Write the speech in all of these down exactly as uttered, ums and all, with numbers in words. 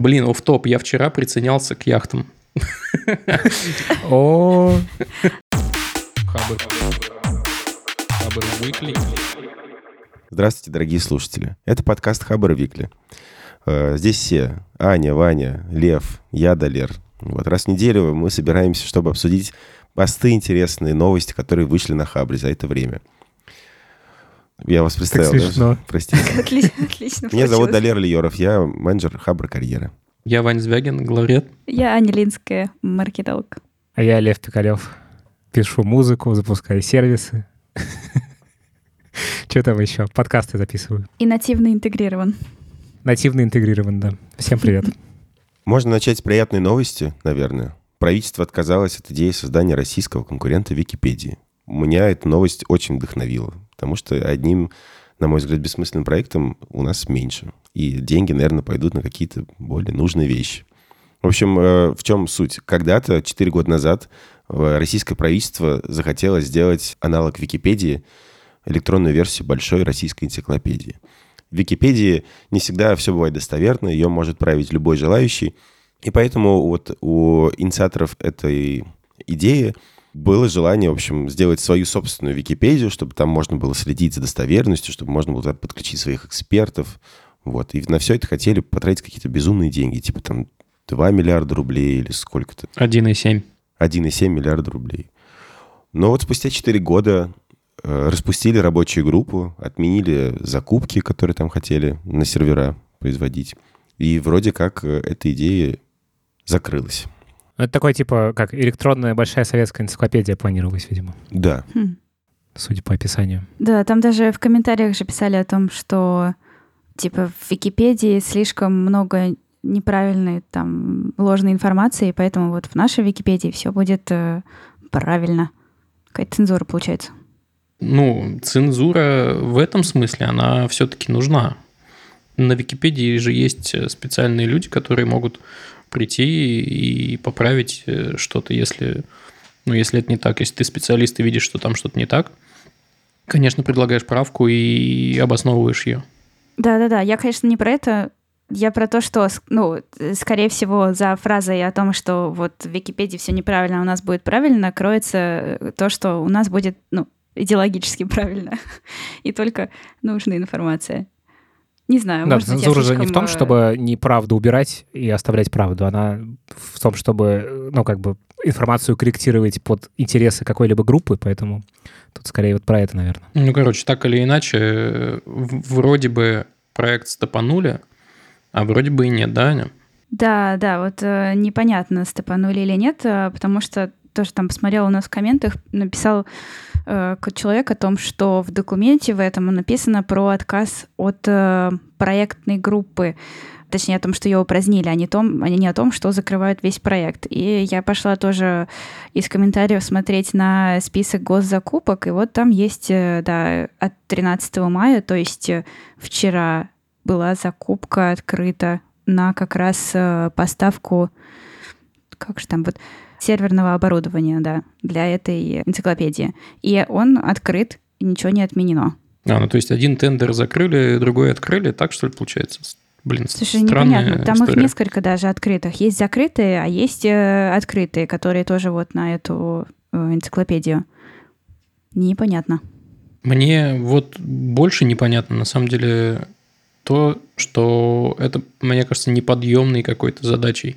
Блин, офф-топ, я вчера приценялся к яхтам. О, Хабр Викли. Здравствуйте, дорогие слушатели. Это подкаст Хабр Викли. Здесь все. Аня, Ваня, Лев, я, Далер. Вот раз в неделю мы собираемся, чтобы обсудить посты, интересные новости, которые вышли на Хабре за это время. Я вас представил. Так смешно. Да? Простите. Отлично, отлично. Меня зовут Далер Лиеров, я менеджер Хабра Карьера. Я Ваня Звягин, главред. Я Аня Линская, маркетолог. А я Лев Пикалев. Пишу музыку, запускаю сервисы. Что там еще? Подкасты записываю. И нативно интегрирован. Нативно интегрирован, да. Всем привет. Можно начать с приятной новости, наверное. Правительство отказалось от идеи создания российского конкурента Википедии. Меня эта новость очень вдохновила, потому что одним, на мой взгляд, бессмысленным проектом у нас меньше. И деньги, наверное, пойдут на какие-то более нужные вещи. В общем, в чем суть? Когда-то, четыре года назад, российское правительство захотело сделать аналог Википедии, электронную версию большой российской энциклопедии. В Википедии не всегда все бывает достоверно, ее может править любой желающий. И поэтому вот у инициаторов этой идеи было желание, в общем, сделать свою собственную Википедию, чтобы там можно было следить за достоверностью, чтобы можно было подключить своих экспертов. Вот. И на все это хотели потратить какие-то безумные деньги, типа там два миллиарда рублей или сколько-то. один и семь. один и семь миллиарда рублей. Но вот спустя четыре года э, распустили рабочую группу, отменили закупки, которые там хотели на сервера производить. И вроде как э, эта идея закрылась. Это такой, типа, как электронная большая советская энциклопедия планировалась, видимо. Да. Хм. Судя по описанию. Да, там даже в комментариях же писали о том, что типа в Википедии слишком много неправильной, там, ложной информации, поэтому вот в нашей Википедии все будет э, правильно. Какая-то цензура получается. Ну, цензура в этом смысле, она все-таки нужна. На Википедии же есть специальные люди, которые могут прийти и поправить что-то, если, ну, если это не так. Если ты специалист и видишь, что там что-то не так, конечно, предлагаешь правку и обосновываешь ее. Да-да-да, я, конечно, не про это. Я про то, что, ну, скорее всего, за фразой о том, что вот в Википедии все неправильно, а у нас будет правильно, кроется то, что у нас будет, ну, идеологически правильно. И только нужная информация. Не знаю, Да, может быть, я цензура же слишком, не в том, э, чтобы неправду убирать и оставлять правду. Она в том, чтобы, ну, как бы информацию корректировать под интересы какой-либо группы, поэтому тут скорее вот про это, наверное. Ну, короче, так или иначе, в- вроде бы проект стопанули, а вроде бы и нет, да, Аня? Да, да, вот э, непонятно, стопанули или нет, э, потому что тоже там посмотрела у нас в комментах, написал э, какой-то человек о том, что в документе в этом написано про отказ от э, проектной группы, точнее о том, что ее упразднили, а не, том, а не о том, что закрывают весь проект. И я пошла тоже из комментариев смотреть на список госзакупок, и вот там есть, э, да, от тринадцатого мая, то есть э, вчера была закупка открыта на как раз э, поставку, как же там, вот, серверного оборудования, да, для этой энциклопедии. И он открыт, и ничего не отменено. А, ну то есть один тендер закрыли, другой открыли, так что ли получается? Блин, Слушай, странная непонятно, там история. их несколько даже открытых. Есть закрытые, а есть э, открытые, которые тоже вот на эту э, энциклопедию. Непонятно. Мне вот больше непонятно, на самом деле, то, что это, мне кажется, неподъемной какой-то задачей.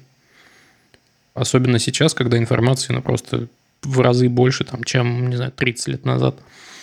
Особенно сейчас, когда информации, ну, просто в разы больше, там, чем, не знаю, тридцать лет назад.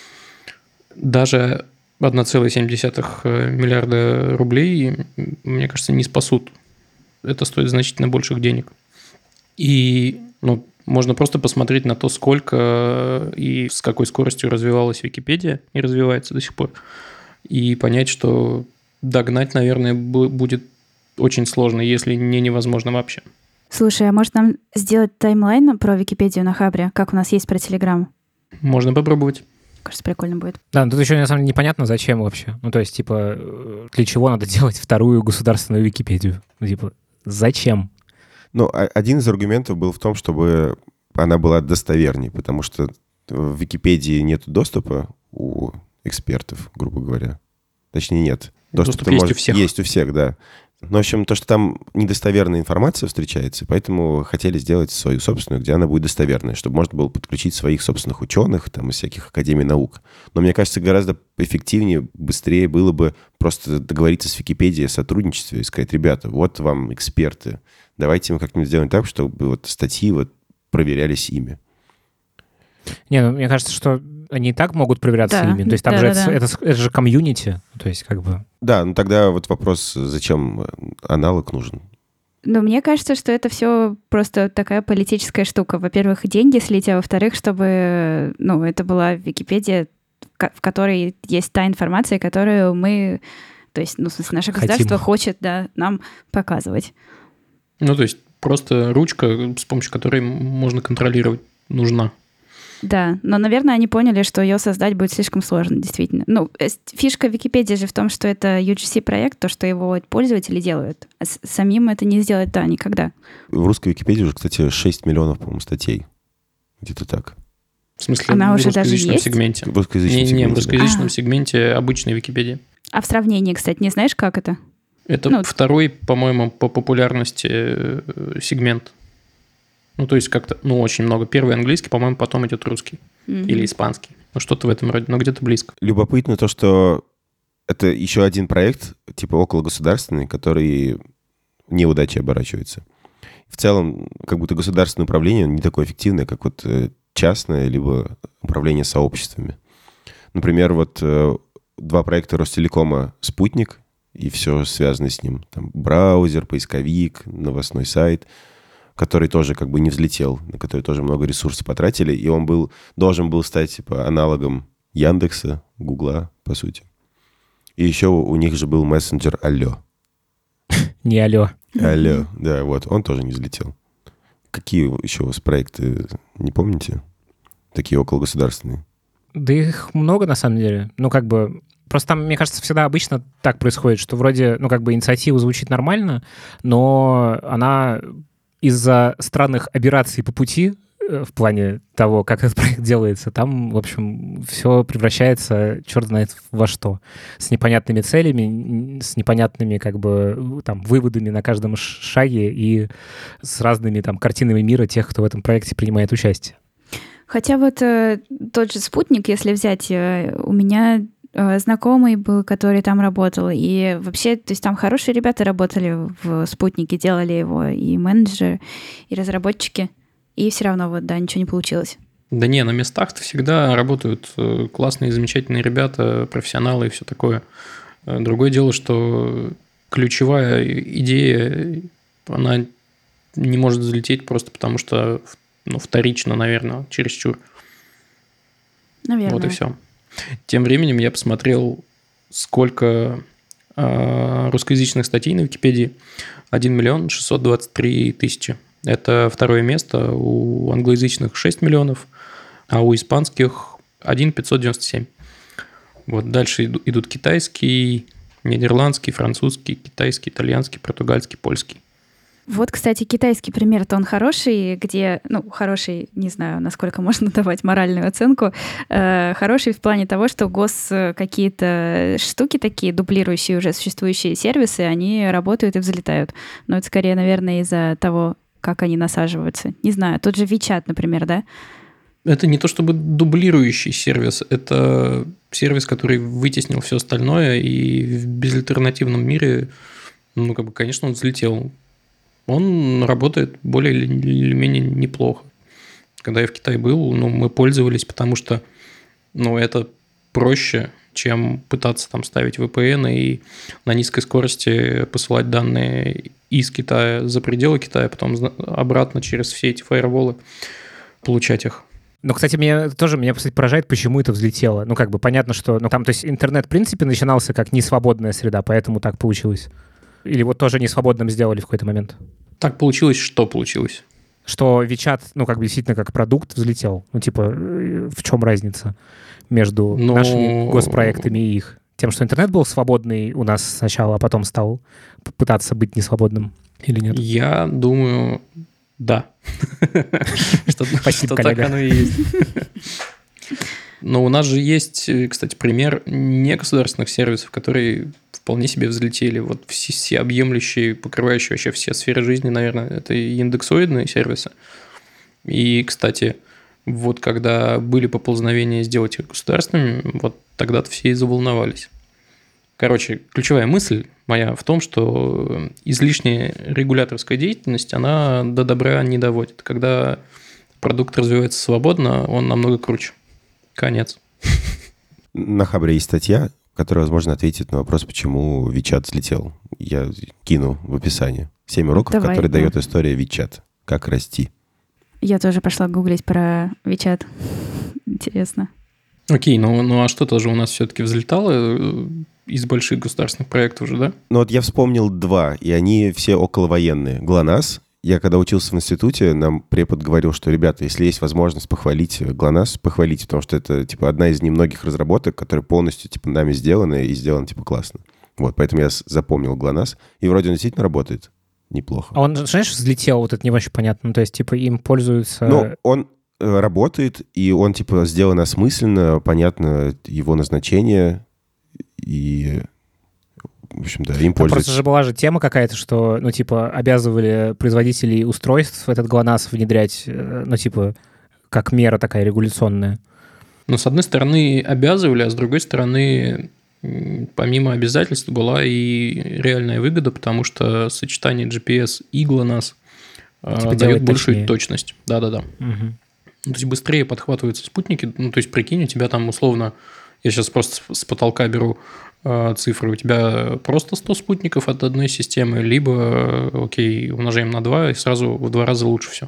Даже один целых семь десятых миллиарда рублей, мне кажется, не спасут. Это стоит значительно больших денег. И, ну, можно просто посмотреть на то, сколько и с какой скоростью развивалась Википедия и развивается до сих пор. И понять, что догнать, наверное, будет очень сложно, если не невозможно вообще. Слушай, а может нам сделать таймлайн про Википедию на Хабре, как у нас есть про Телеграм? Можно попробовать. Кажется, прикольно будет. Да, но тут еще на самом деле непонятно, зачем вообще. Ну, то есть, типа, для чего надо делать вторую государственную Википедию? Ну, типа, зачем? Ну, один из аргументов был в том, чтобы она была достовернее, потому что в Википедии нет доступа у экспертов, грубо говоря. Точнее, нет. Доступ, Доступ есть может, у всех. Есть у всех, да. Ну, в общем, то, что там недостоверная информация встречается, поэтому хотели сделать свою собственную, где она будет достоверной, чтобы можно было подключить своих собственных ученых там, из всяких академий наук. Но мне кажется, гораздо эффективнее, быстрее было бы просто договориться с Википедией о сотрудничестве и сказать: ребята, вот вам эксперты, давайте мы как-нибудь сделаем так, чтобы вот статьи вот проверялись ими. Не, ну, мне кажется, что они и так могут проверяться Да, ими. То есть там да, же да, это, да. это, это же комьюнити. То есть как бы... Да, ну тогда вот вопрос, зачем аналог нужен? Ну, мне кажется, что это все просто такая политическая штука. Во-первых, деньги слить, а во-вторых, чтобы, ну, это была Википедия, в которой есть та информация, которую мы, то есть, ну, в смысле, наше Хотим. государство хочет, да, нам показывать. Ну, то есть просто ручка, с помощью которой можно контролировать, нужна. Да, но, наверное, они поняли, что ее создать будет слишком сложно, действительно. Ну, фишка Википедии же в том, что это ю джи си-проект, то, что его пользователи делают. А самим это не сделать, да, никогда. В русской Википедии уже, кстати, шесть миллионов, по-моему, статей. Где-то так. В смысле, Она в уже даже русскоязычном есть? сегменте. В русскоязычном Не, не, сегменте, в да. русскоязычном А. сегменте обычной Википедии. А в сравнении, кстати, не знаешь, как это? Это Ну, второй, по-моему, по популярности э, сегмент. Ну, то есть как-то, ну, очень много. Первый английский, по-моему, потом идет русский. Мгм. Или испанский. Ну, что-то в этом роде, но где-то близко. Любопытно то, что это еще один проект, типа окологосударственный, который неудачей оборачивается. В целом, как будто государственное управление не такое эффективное, как вот э, частное, либо управление сообществами. Например, вот э, два проекта Ростелекома «Спутник» и все связанное с ним. Там браузер, поисковик, новостной сайт, который тоже как бы не взлетел, на который тоже много ресурсов потратили, и он был, должен был стать типа аналогом Яндекса, Гугла, по сути. И еще у них же был мессенджер Алло. Не алло. Алло, да, вот, он тоже не взлетел. Какие еще у вас проекты, не помните? Такие окологосударственные. Да их много, на самом деле. Ну, как бы... Просто там, мне кажется, всегда обычно так происходит, что вроде, ну, как бы инициатива звучит нормально, но она из-за странных аберраций по пути, э, в плане того, как этот проект делается, там, в общем, все превращается, черт знает во что. С непонятными целями, с непонятными, как бы, там, выводами на каждом ш- шаге и с разными, там, картинами мира тех, кто в этом проекте принимает участие. Хотя вот э, тот же «Спутник», если взять, э, у меня э, знакомый был, который там работал, и вообще, то есть там хорошие ребята работали в «Спутнике», делали его, и менеджеры, и разработчики, и все равно вот, да, ничего не получилось. Да не, на местах-то всегда работают э, классные, замечательные ребята, профессионалы и все такое. Э, Другое дело, что ключевая идея, она не может взлететь просто потому, что, ну, вторично, наверное, чересчур. Наверное. Вот и все. Тем временем я посмотрел, сколько э, русскоязычных статей на Википедии. один миллион шестьсот двадцать три тысячи. Это второе место. У англоязычных шесть миллионов, а у испанских один миллион пятьсот девяносто семь. Вот дальше иду- идут китайский, нидерландский, французский, китайский, итальянский, португальский, польский. Вот, кстати, китайский пример-то он хороший, где, ну, хороший, не знаю, насколько можно давать моральную оценку, э, хороший в плане того, что гос э, какие-то штуки такие, дублирующие уже существующие сервисы, они работают и взлетают. Но это скорее, наверное, из-за того, как они насаживаются. Не знаю, тот же WeChat, например, да? Это не то чтобы дублирующий сервис, это сервис, который вытеснил все остальное, и в безальтернативном мире, ну, как бы, конечно, он взлетел. Он работает более или менее неплохо. Когда я в Китае был, ну, мы пользовались, потому что, ну, это проще, чем пытаться там ставить ви пи эн и на низкой скорости посылать данные из Китая за пределы Китая, потом обратно через все эти фаерволы получать их. Ну, кстати, меня тоже меня, кстати, поражает, почему это взлетело. Ну, как бы понятно, что... Ну, там, то есть интернет, в принципе, начинался как несвободная среда, поэтому так получилось. Или вот тоже несвободным сделали в какой-то момент? Так получилось, что получилось? Что WeChat, ну, как бы действительно как продукт взлетел. Ну, типа, в чем разница между Но... нашими госпроектами и их? Тем, что интернет был свободный у нас сначала, а потом стал пытаться быть несвободным или нет? Я думаю, да. Что так оно и есть. Но у нас же есть, кстати, пример негосударственных сервисов, которые вполне себе взлетели. Вот все, все объемлющие, покрывающие вообще все сферы жизни, наверное, это и индексоидные сервисы. И, кстати, вот когда были поползновения сделать их государственными, вот тогда-то все и заволновались. Короче, ключевая мысль моя в том, что излишняя регуляторская деятельность, она до добра не доводит. Когда продукт развивается свободно, он намного круче. Конец. На Хабре есть статья, которая, возможно, ответит на вопрос, почему WeChat взлетел. Я кину в описании. Семь уроков, Давай, которые да. дает история WeChat. Как расти. Я тоже пошла гуглить про WeChat. Интересно. Окей, ну, ну а что тоже у нас все-таки взлетало из больших государственных проектов уже, да? Ну вот я вспомнил два, и они все околовоенные. ГЛОНАСС. Я когда учился в институте, нам препод говорил, что, ребята, если есть возможность похвалить ГЛОНАСС, похвалите, потому что это, типа, одна из немногих разработок, которая полностью, типа, нами сделана и сделана, типа, классно. Вот, поэтому я запомнил ГЛОНАСС, и вроде он действительно работает неплохо. А он, знаешь, взлетел, вот это не очень понятно. Ну, то есть, типа, им пользуются... Ну, он э, работает, и он, типа, сделан осмысленно, понятно его назначение, и... В общем, да, им Там пользуются. просто же была же тема какая-то, что, ну, типа, обязывали производителей устройств этот ГЛОНАСС внедрять, э, ну, типа, как мера такая регуляционная. Ну, с одной стороны, обязывали, а с другой стороны, м, помимо обязательств была и реальная выгода, потому что сочетание джи пи эс и ГЛОНАСС э, Типа дает делает большую точнее. точность. Да-да-да. Мгм. Ну, то есть быстрее подхватываются спутники. Ну, то есть, прикинь, у тебя там условно, я сейчас просто с- с потолка беру э, цифры, у тебя просто сто спутников от одной системы, либо, э, окей, умножаем на два, и сразу в два раза лучше все.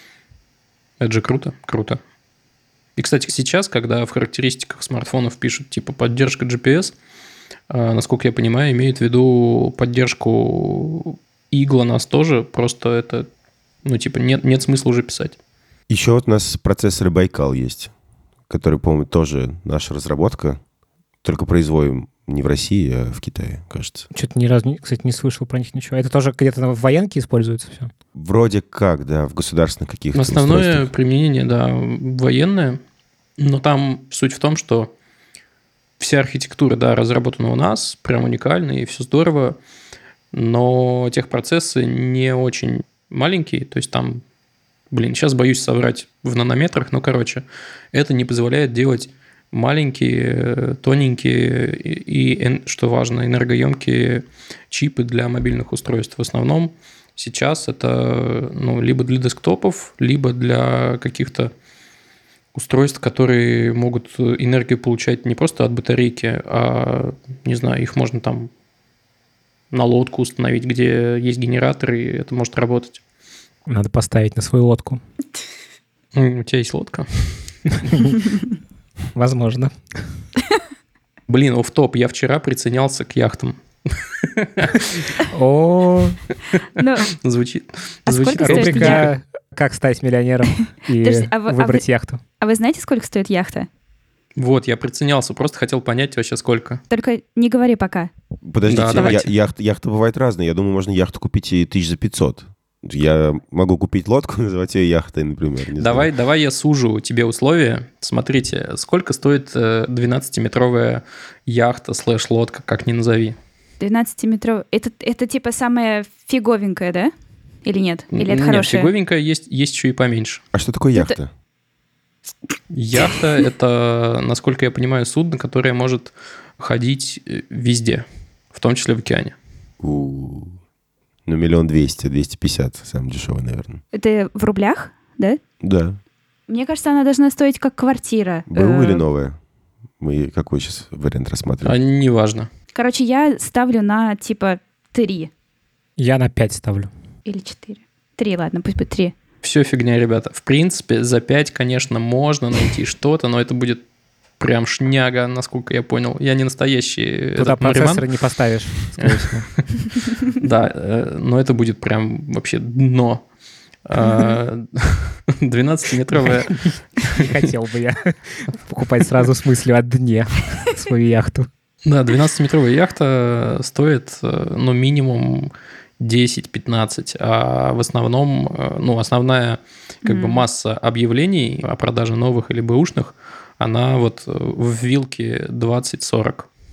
Это же круто, круто. И, кстати, сейчас, когда в характеристиках смартфонов пишут типа поддержка джи пи эс, э, насколько я понимаю, имеют в виду поддержку и ГЛОНАСС тоже, просто это, ну, типа, нет, нет смысла уже писать. Еще вот у нас процессоры Байкал есть, который, по-моему, тоже наша разработка, только производим не в России, а в Китае, кажется. Что-то ни разу, не- кстати, не слышал про них ничего. Это тоже где-то в военке используется все? Вроде как, да, в государственных каких-то Основное устройствах. применение, да, военное, но там суть в том, что вся архитектура, да, разработана у нас, прям уникальная, и все здорово, но техпроцессы не очень маленькие, то есть там, блин, сейчас боюсь соврать в нанометрах, но, короче, это не позволяет делать маленькие, тоненькие и, и, что важно, энергоемкие чипы для мобильных устройств. В основном сейчас это, ну, либо для десктопов, либо для каких-то устройств, которые могут энергию получать не просто от батарейки, а, не знаю, их можно там на лодку установить, где есть генератор, и это может работать. Надо поставить на свою лодку. М, У тебя есть лодка? Возможно. Блин, офф-топ, я вчера приценялся к яхтам. О, Ну, Звучит, А звучит сколько стоит просто. рубрика «Как стать миллионером и Подожди, а вы- а выбрать вы- яхту». а вы знаете, сколько стоит яхта? Вот, я приценялся, просто хотел понять вообще сколько. Только не говори пока. Подождите, Да, я- давайте. яхта, яхта бывает разная. Я думаю, можно яхту купить и тысяч за пятьсот. Я могу купить лодку, называть ее яхтой, например. не Давай, знаю. давай я сужу тебе условия. Смотрите, сколько стоит э, двенадцатиметровая яхта слэш-лодка, как ни назови. двенадцатиметровый. Это, это типа самая фиговенькая, да? Или нет? Или это Нет, хорошая? фиговенькая, есть, есть еще и поменьше. А что такое Это- яхта? Яхта – это, насколько я понимаю, судно, которое может ходить э, везде, в том числе в океане. У, Ну, миллион двести, двести пятьдесят, самый дешевый, наверное. Это в рублях, да? Да. Мне кажется, она должна стоить как квартира. БУ Э, или новое? Мы какой сейчас вариант А рассматриваем? неважно. Короче, я ставлю на типа три Я на пять ставлю. или четыре. Три, ладно, пусть будет три. Все фигня, ребята. В принципе, за пять, конечно, можно найти что-то, но это будет прям шняга, насколько я понял. Я не настоящий Туда этот мариман. процессоры не поставишь, скорее всего. Да, э, но это будет прям вообще дно. А, двенадцатиметровая... Не хотел бы я покупать сразу с мыслью о дне свою яхту. Да, двенадцатиметровая яхта стоит, э, ну, минимум десять-пятнадцать, а в основном, э, ну, основная как бы Мгм. масса объявлений о продаже новых или бэушных, она вот э, в вилке двадцать-сорок.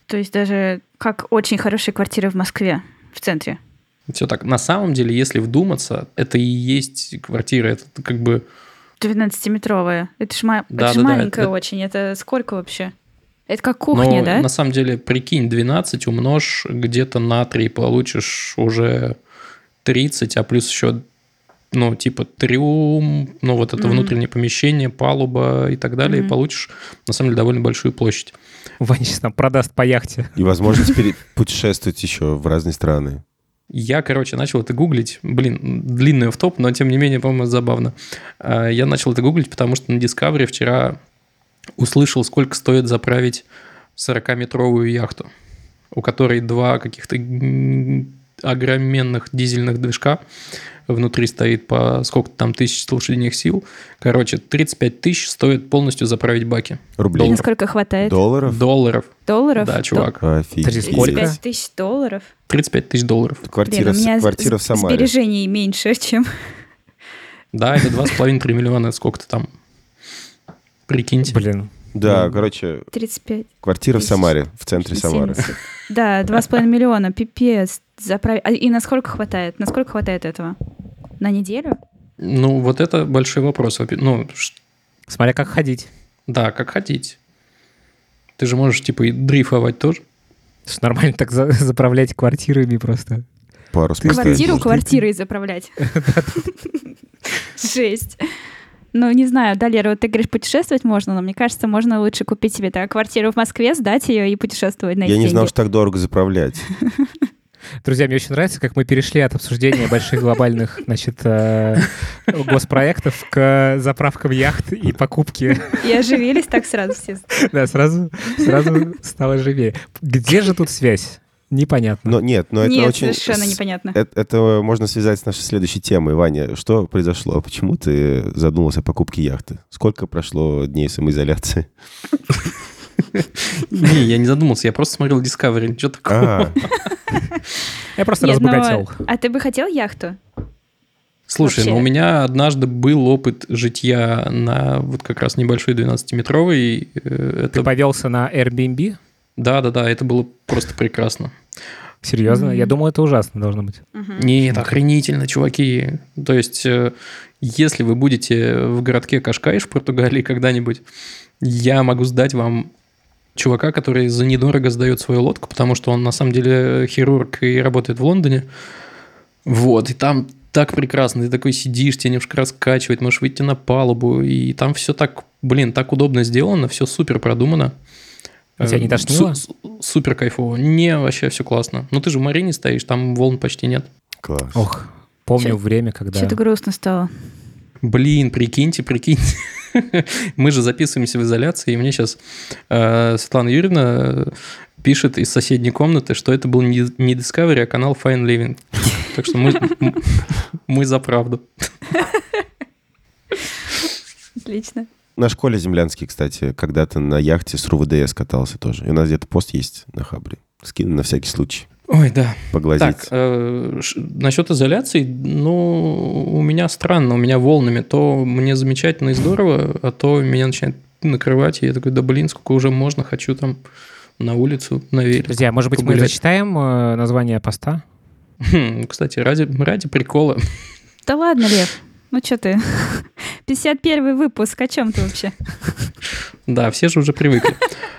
То есть даже как очень хорошие квартиры в Москве, в центре. Все так. На самом деле, если вдуматься, это и есть квартира. Это как бы... двенадцатиметровая. Это ж, ма... Да, это ж да, да, маленькая это... очень. Это сколько вообще? Это как кухня, Но, да? на самом деле, прикинь, двенадцать умножь где-то на три, получишь уже тридцать, а плюс еще, ну, типа трюм, ну, вот это mm-hmm. внутреннее помещение, палуба и так далее, mm-hmm. и получишь, на самом деле, довольно большую площадь. Ваня сейчас нам продаст по яхте. И возможность путешествовать еще в разные страны. Я, короче, начал это гуглить. Блин, длинный офф-топ, но, тем не менее, по-моему, забавно. Я начал это гуглить, потому что на Discovery вчера услышал, сколько стоит заправить сорокаметровую яхту, у которой два каких-то огроменных дизельных движка. Внутри стоит по сколько там тысяч лошадиных сил. Короче, тридцать пять тысяч стоит полностью заправить баки. Рублей? И насколько хватает? Долларов? Долларов. Долларов? Да, чувак. Офигеть. Сколько? тридцать пять тысяч долларов? тридцать пять тысяч долларов. Квартира, Блин, у меня квартира в Самаре. сбережений меньше, чем... Да, это два с половиной - три миллиона, сколько-то там. Прикиньте. Блин. Да, короче, тридцать пять квартира в Самаре, в центре Самары. семьдесят. Да, два с половиной миллиона, пипец. Заправ... А и насколько хватает? Насколько хватает этого? На неделю? Ну, вот это большой вопрос. Ну, смотря как ходить. Да, как хотите. Ты же можешь, типа, и дрейфовать тоже. Нормально так за- заправлять квартирами просто. Парус Квартиру квартирой заправлять. Жесть. Ну, не знаю, да, Лера, вот ты говоришь, путешествовать можно, но мне кажется, можно лучше купить себе так, квартиру в Москве, сдать ее и путешествовать на эти Я не деньги. знал, что так дорого заправлять. Друзья, мне очень нравится, как мы перешли от обсуждения больших глобальных, значит, э, госпроектов к заправкам яхт и покупке. И оживились так сразу все. Да, сразу, сразу стало живее. Где же тут связь? Непонятно. Но нет, но это Нет, очень... совершенно непонятно. Это, это можно связать с нашей следующей темой. Ваня, что произошло? Почему ты задумался о покупке яхты? Сколько прошло дней самоизоляции? Не, я не задумался, я просто смотрел Discovery, ничего такого. Я просто Нет, но- разбогател. А ты бы хотел яхту? Слушай, Вообще. ну у меня однажды был опыт житья на вот как раз небольшой двенадцатиметровой. э, Ты Это... повелся на Airbnb? Да-да-да, это было просто прекрасно. Серьезно? Мгм. Я думал, это ужасно должно быть. Мгм. Нет, охренительно, чуваки. То есть, э, если вы будете в городке Кашкайш в Португалии когда-нибудь, я могу сдать вам чувака, который за недорого сдает свою лодку, потому что он на самом деле хирург и работает в Лондоне. Вот, и там так прекрасно. Ты такой сидишь, тебя немножко раскачивает, можешь выйти на палубу, и там все так, блин, так удобно сделано, все супер продумано. Тебя не тошнило? Су- супер кайфово. Не, вообще все классно. Ну ты же в Марине стоишь, там волн почти нет. Класс. Ох, помню Чё- время, когда... Что-то грустно стало. Блин, прикиньте, прикиньте. Мы же записываемся в изоляции, и мне сейчас э, Светлана Юрьевна э, пишет из соседней комнаты, что это был не, не Discovery, а канал Fine Living. Так что мы, м- мы за правду. Отлично. На школе землянский, кстати, когда-то на яхте с РУВДС катался тоже. И у нас где-то пост есть на Хабре. Скину на всякий случай. Ой, да. Поглазеть. Так, э, ш- насчет изоляции, ну, у меня странно, у меня волнами. То мне замечательно и здорово, а то меня начинает накрывать, и я такой, да блин, сколько уже можно, хочу там на улицу, на велик. Друзья, может быть, мы погулять. зачитаем э, название поста? Хм, кстати, ради, ради прикола. Да ладно, Лев. Ну что ты? пятьдесят первый выпуск. О чем ты вообще? Да, все же уже привыкли.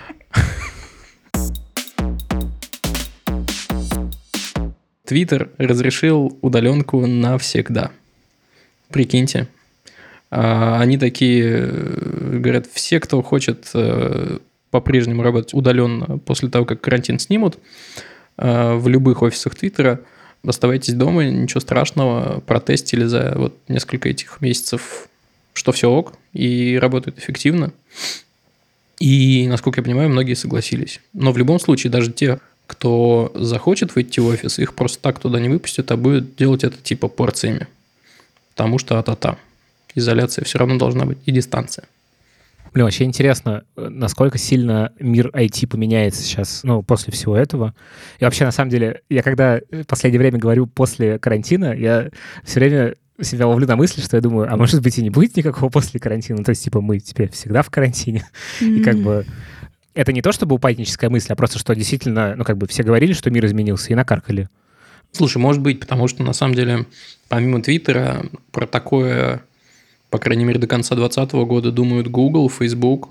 Твиттер разрешил удаленку навсегда. Прикиньте. А, Они такие э, говорят, все, кто хочет э, по-прежнему работать удаленно после того, как карантин снимут, э, в любых офисах Твиттера, оставайтесь дома, ничего страшного, протестили за вот несколько этих месяцев, что все ок, и работает эффективно. И, насколько я понимаю, многие согласились. Но в любом случае, даже те, кто захочет выйти в офис, их просто так туда не выпустят, а будет делать это типа порциями. Потому что а-та-та. Изоляция все равно должна быть и дистанция. Блин, вообще интересно, насколько сильно мир ай ти поменяется сейчас, ну, после всего этого. И вообще, на самом деле, я когда в последнее время говорю «после карантина», я все время себя ловлю на мысли, что я думаю, а может быть и не будет никакого после карантина. То есть, типа, мы теперь всегда в карантине. И как бы это не то чтобы упадническая мысль, а просто что действительно, ну, как бы все говорили, что мир изменился, и накаркали. Слушай, может быть, потому что, на самом деле, помимо Твиттера, про такое, по крайней мере, до конца двадцатого года думают Google, Facebook.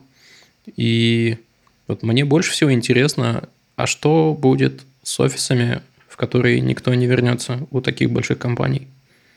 И вот мне больше всего интересно, а что будет с офисами, в которые никто не вернется у таких больших компаний?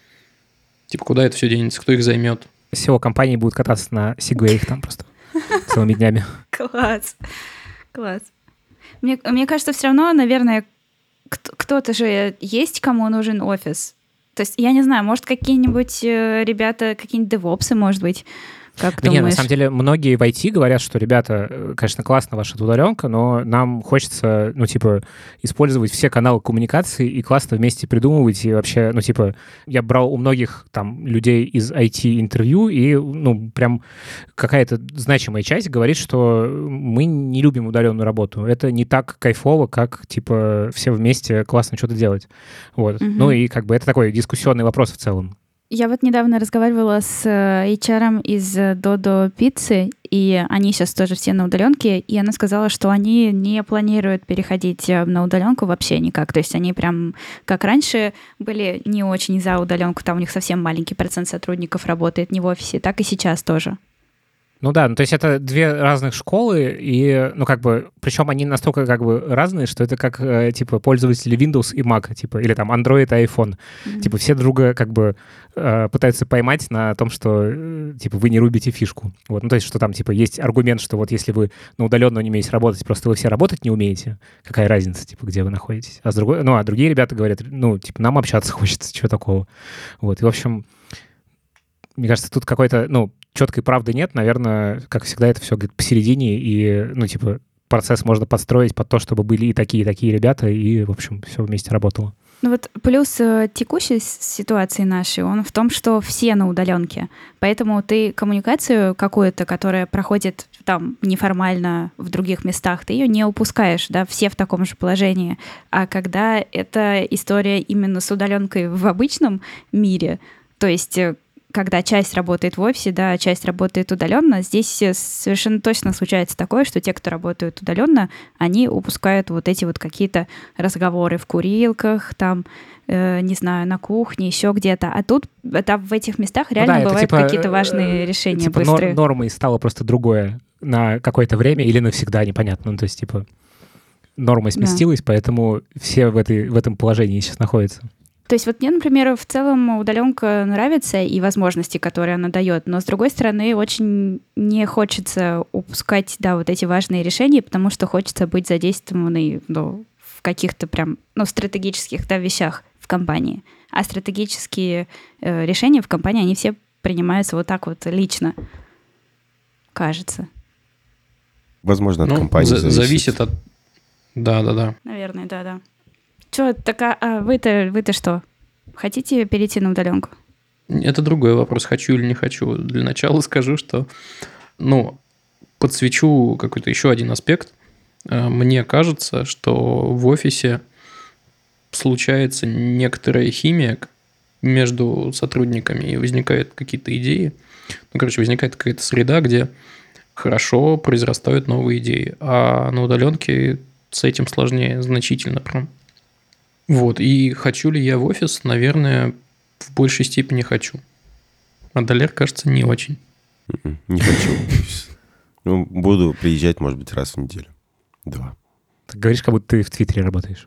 Типа, куда это все денется, кто их займет? Всего компании будут кататься на сегвеях там просто целыми днями. Класс. Класс. Мне, мне кажется, все равно, наверное, кто-то же есть, кому нужен офис. То есть, я не знаю, может, какие-нибудь ребята, какие-нибудь девопсы, может быть, как да думаешь? Нет, на самом деле, многие в ай ти говорят, что, ребята, конечно, классно ваша удаленка, но нам хочется, ну, типа, использовать все каналы коммуникации и классно вместе придумывать. И вообще, ну, типа, я брал у многих там людей из ай ти интервью, и, ну, прям какая-то значимая часть говорит, что мы не любим удаленную работу. Это не так кайфово, как, типа, все вместе классно что-то делать. Вот. Mm-hmm. Ну, и как бы это такой дискуссионный вопрос в целом. Я вот недавно разговаривала с эйч ар из Dodo Pizza, и они сейчас тоже все на удаленке, и она сказала, что они не планируют переходить на удаленку вообще никак. То есть они прям, как раньше, были не очень за удаленку, там у них совсем маленький процент сотрудников работает не в офисе, так и сейчас тоже. Ну да, ну то есть это две разных школы, и, ну как бы, причем они настолько как бы разные, что это как, э, типа, пользователи Windows и Mac, типа, или там Android и iPhone. Mm-hmm. Типа все друга как бы э, пытаются поймать на том, что, э, типа, вы не рубите фишку. Вот, ну то есть что там, типа, есть аргумент, что вот если вы на удаленном не умеете работать, просто вы все работать не умеете, какая разница, типа, где вы находитесь. А с другой, ну а другие ребята говорят, ну, типа, нам общаться хочется, чего такого. Вот, и, в общем, мне кажется, тут какой-то, ну, четкой правды нет. Наверное, как всегда, это все где-то посередине, и, ну, типа, процесс можно подстроить под то, чтобы были и такие, и такие ребята, и, в общем, все вместе работало. Ну вот плюс текущей ситуации нашей, он в том, что все на удаленке. Поэтому ты коммуникацию какую-то, которая проходит там неформально в других местах, ты ее не упускаешь, да, все в таком же положении. А когда эта история именно с удаленкой в обычном мире, то есть когда часть работает в офисе, да, а часть работает удаленно, здесь совершенно точно случается такое, что те, кто работают удаленно, они упускают вот эти вот какие-то разговоры в курилках, там, э, не знаю, на кухне, еще где-то. А тут это в этих местах реально ну да, бывают типа, какие-то важные решения типа быстрые. Нор- нормой стало просто другое на какое-то время или навсегда, непонятно. Ну, то есть, типа, норма сместилась, да. Поэтому все в, этой, в этом положении сейчас находятся. То есть вот мне, например, в целом удаленка нравится и возможности, которые она дает, но, с другой стороны, очень не хочется упускать, да, вот эти важные решения, потому что хочется быть задействованной, ну, в каких-то прям, ну, стратегических, да, вещах в компании. А стратегические э, решения в компании, они все принимаются вот так вот лично, кажется. Возможно, от ну, компании за- зависит. Зависит от... Да-да-да. Наверное, да-да. Что, так, а вы-то, вы-то что? Хотите перейти на удаленку? Это другой вопрос, хочу или не хочу. Для начала скажу, что, ну, подсвечу какой-то еще один аспект. Мне кажется, что в офисе случается некоторая химия между сотрудниками, и возникают какие-то идеи. Ну, короче, возникает какая-то среда, где хорошо произрастают новые идеи. А на удаленке с этим сложнее значительно прям. Вот, и хочу ли я в офис? Наверное, в большей степени хочу. А Далер, кажется, не очень. Не хочу в офис. Ну, буду приезжать, может быть, раз в неделю. Два. Ты говоришь, как будто ты в Твиттере работаешь.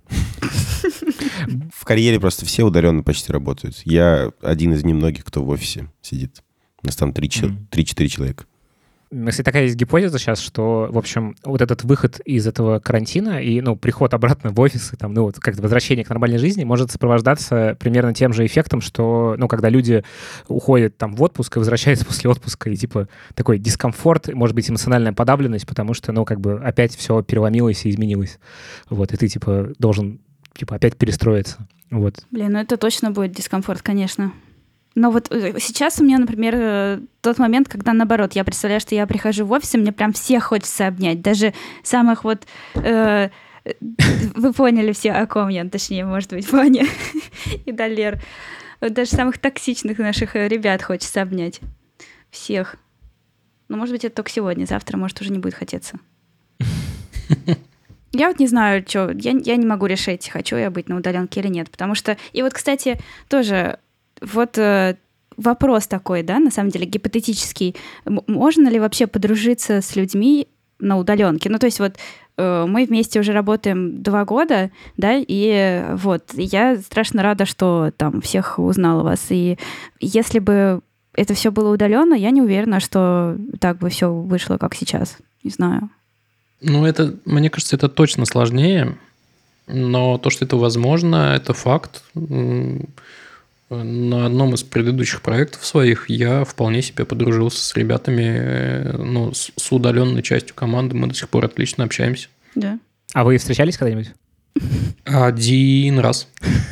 В карьере просто все удаленно почти работают. Я один из немногих, кто в офисе сидит. У нас там три-четыре человека. Если такая есть гипотеза сейчас, что, в общем, вот этот выход из этого карантина и, ну, приход обратно в офис, и, там, ну, вот как-то возвращение к нормальной жизни может сопровождаться примерно тем же эффектом, что, ну, когда люди уходят там в отпуск и возвращаются после отпуска, и, типа, такой дискомфорт, может быть, эмоциональная подавленность, потому что, ну, как бы опять все переломилось и изменилось. Вот, и ты, типа, должен, типа, опять перестроиться. Вот. Блин, ну это точно будет дискомфорт, конечно. Но вот сейчас у меня, например, тот момент, когда, наоборот, я представляю, что я прихожу в офис, и мне прям всех хочется обнять. Даже самых вот... Э, вы поняли все, о ком я, точнее, может быть, Ваня и Далер. Вот даже самых токсичных наших ребят хочется обнять. Всех. Ну, может быть, это только сегодня. Завтра, может, уже не будет хотеться. Я вот не знаю, что, я, я не могу решить, хочу я быть на удаленке или нет, потому что... И вот, кстати, тоже вот э, вопрос такой, да, на самом деле гипотетический. М- можно ли вообще подружиться с людьми на удаленке? Ну, то есть вот э, мы вместе уже работаем два года, да, и вот я страшно рада, что там всех узнала вас. И если бы это все было удаленно, я не уверена, что так бы все вышло, как сейчас. Не знаю. Ну, это, мне кажется, это точно сложнее, но то, что это возможно, это факт. На одном из предыдущих проектов своих я вполне себе подружился с ребятами, ну, с, с удаленной частью команды, мы до сих пор отлично общаемся. Да. А вы встречались когда-нибудь? Один раз.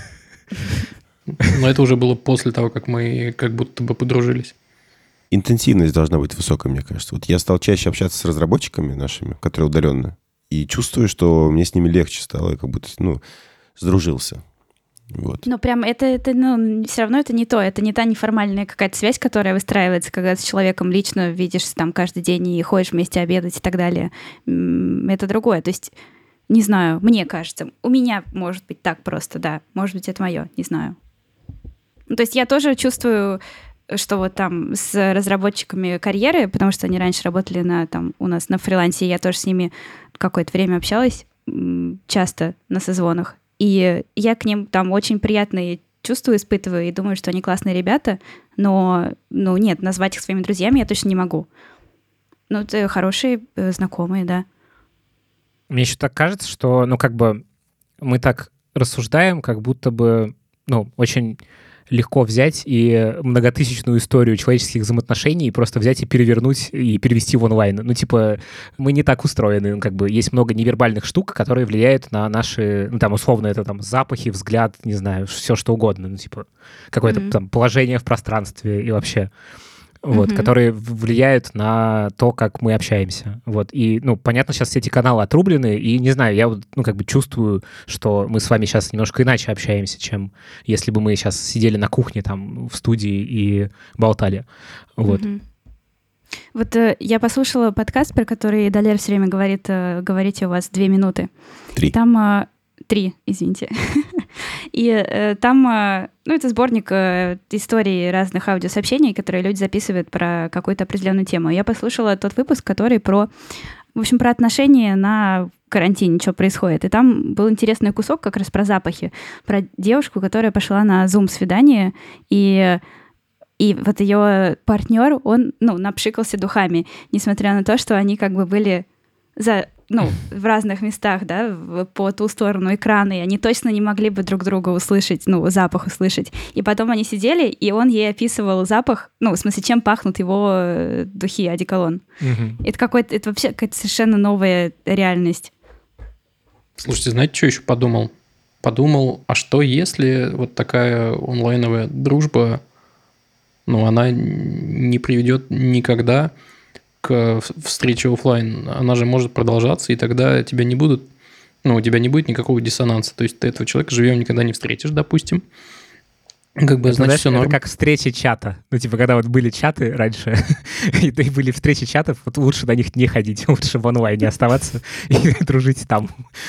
Но это уже было после того, как мы как будто бы подружились. Интенсивность должна быть высокой, мне кажется. Вот я стал чаще общаться с разработчиками нашими, которые удаленно, и чувствую, что мне с ними легче стало, как будто, ну, сдружился. Вот. Ну, прям это, это, ну, все равно это не то, это не та неформальная какая-то связь, которая выстраивается, когда ты с человеком лично видишься там каждый день и ходишь вместе обедать и так далее. Это другое. То есть, не знаю, мне кажется, у меня может быть так просто, да, может быть, это мое, не знаю. Ну, то есть я тоже чувствую, что вот там с разработчиками карьеры, потому что они раньше работали на, там, у нас на фрилансе, я тоже с ними какое-то время общалась, часто на созвонах. И я к ним там очень приятные чувства испытываю и думаю, что они классные ребята, но, ну, нет, назвать их своими друзьями я точно не могу. Ну, это хорошие знакомые, да. Мне еще так кажется, что, ну, как бы мы так рассуждаем, как будто бы, ну, очень легко взять и многотысячную историю человеческих взаимоотношений и просто взять и перевернуть и перевести в онлайн. Ну, типа, мы не так устроены. Ну, как бы есть много невербальных штук, которые влияют на наши, ну, там, условно, это там запахи, взгляд, не знаю, все что угодно. Ну, типа, какое-то mm-hmm. там положение в пространстве и вообще. Вот, mm-hmm. которые влияют на то, как мы общаемся. Вот, и, ну, понятно, сейчас все эти каналы отрублены, и, не знаю, я, ну, как бы чувствую, что мы с вами сейчас немножко иначе общаемся, чем если бы мы сейчас сидели на кухне там в студии и болтали. Вот. Mm-hmm. Вот э, я послушала подкаст, про который Далер все время говорит, э, говорите у вас две минуты. Три. И там... Э, три, извините. И э, там, э, ну, это сборник э, историй разных аудиосообщений, которые люди записывают про какую-то определенную тему. Я послушала тот выпуск, который про, в общем, про отношения на карантине, что происходит. И там был интересный кусок как раз про запахи, про девушку, которая пошла на Zoom-свидание, и... И вот ее партнер, он, ну, напшикался духами, несмотря на то, что они как бы были за, ну, в разных местах, да, по ту сторону экрана, и они точно не могли бы друг друга услышать, ну, запах услышать. И потом они сидели, и он ей описывал запах, ну, в смысле, чем пахнут его духи, одеколон. Mm-hmm. Это какой-то, это вообще какая-то совершенно новая реальность. Слушайте, знаете, что еще подумал? Подумал, а что если вот такая онлайновая дружба, ну, она не приведет никогда к встрече офлайн. Она же может продолжаться, и тогда тебя не будут, ну, у тебя не будет никакого диссонанса. То есть ты этого человека живьем никогда не встретишь, допустим. Как бы, это, значит, знаешь, все норм. Это как встречи чата. Ну, типа, когда вот были чаты раньше, и были встречи чатов, вот лучше на них не ходить, лучше в онлайне оставаться и дружить там.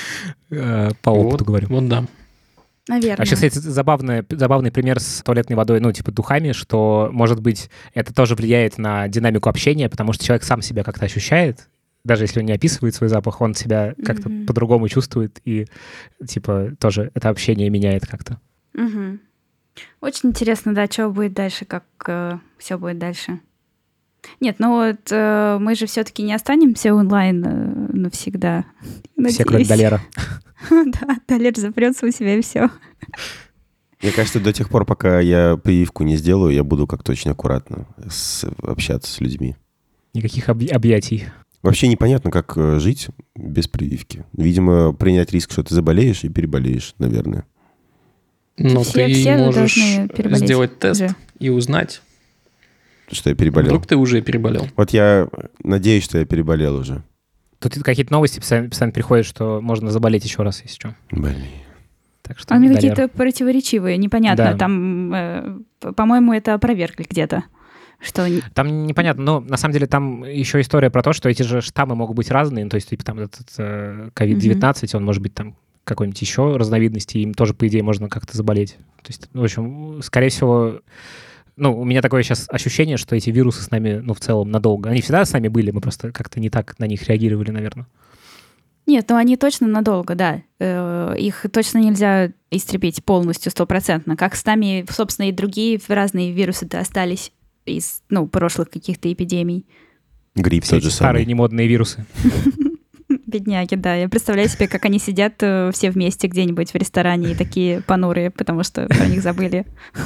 По опыту говорю. Вот да. Наверное. Вообще, кстати, забавный, забавный пример с туалетной водой, ну, типа духами, что, может быть, это тоже влияет на динамику общения, потому что человек сам себя как-то ощущает, даже если он не описывает свой запах, он себя как-то mm-hmm. по-другому чувствует, и, типа, тоже это общение меняет как-то. Mm-hmm. Очень интересно, да, что будет дальше, как э, все будет дальше. Нет, ну вот э, мы же все-таки не останемся онлайн э, навсегда. Все, кроме Далера. Да, Далер запрется у себя и все. Мне кажется, до тех пор, пока я прививку не сделаю, я буду как-то очень аккуратно с, общаться с людьми. Никаких об, объятий. Вообще непонятно, как жить без прививки. Видимо, принять риск, что ты заболеешь и переболеешь, наверное. Но все, ты все можешь сделать тест уже. И узнать, что я переболел. Вдруг ты уже переболел. Вот я надеюсь, что я переболел уже. Тут какие-то новости постоянно приходят, что можно заболеть еще раз, если что. Блин. Так что они какие-то противоречивые, непонятно. Да. Там, э, по-моему, это опровергли где-то, Что... Там непонятно, но на самом деле там еще история про то, что эти же штаммы могут быть разные, то есть типа там этот ковид девятнадцать, mm-hmm. он может быть там какой-нибудь еще разновидности, им тоже, по идее, можно как-то заболеть. То есть, в общем, скорее всего, ну, у меня такое сейчас ощущение, что эти вирусы с нами, ну, в целом надолго. Они всегда с нами были, мы просто как-то не так на них реагировали, наверное. Нет, ну они точно надолго, да. Их точно нельзя истребить полностью, стопроцентно. Как с нами, собственно, и другие разные вирусы-то остались из, ну, прошлых каких-то эпидемий. Грипп все тот же старые самый. немодные вирусы. Бедняги, да. Я представляю себе, как они сидят все вместе где-нибудь в ресторане и такие понурые, потому что про них забыли.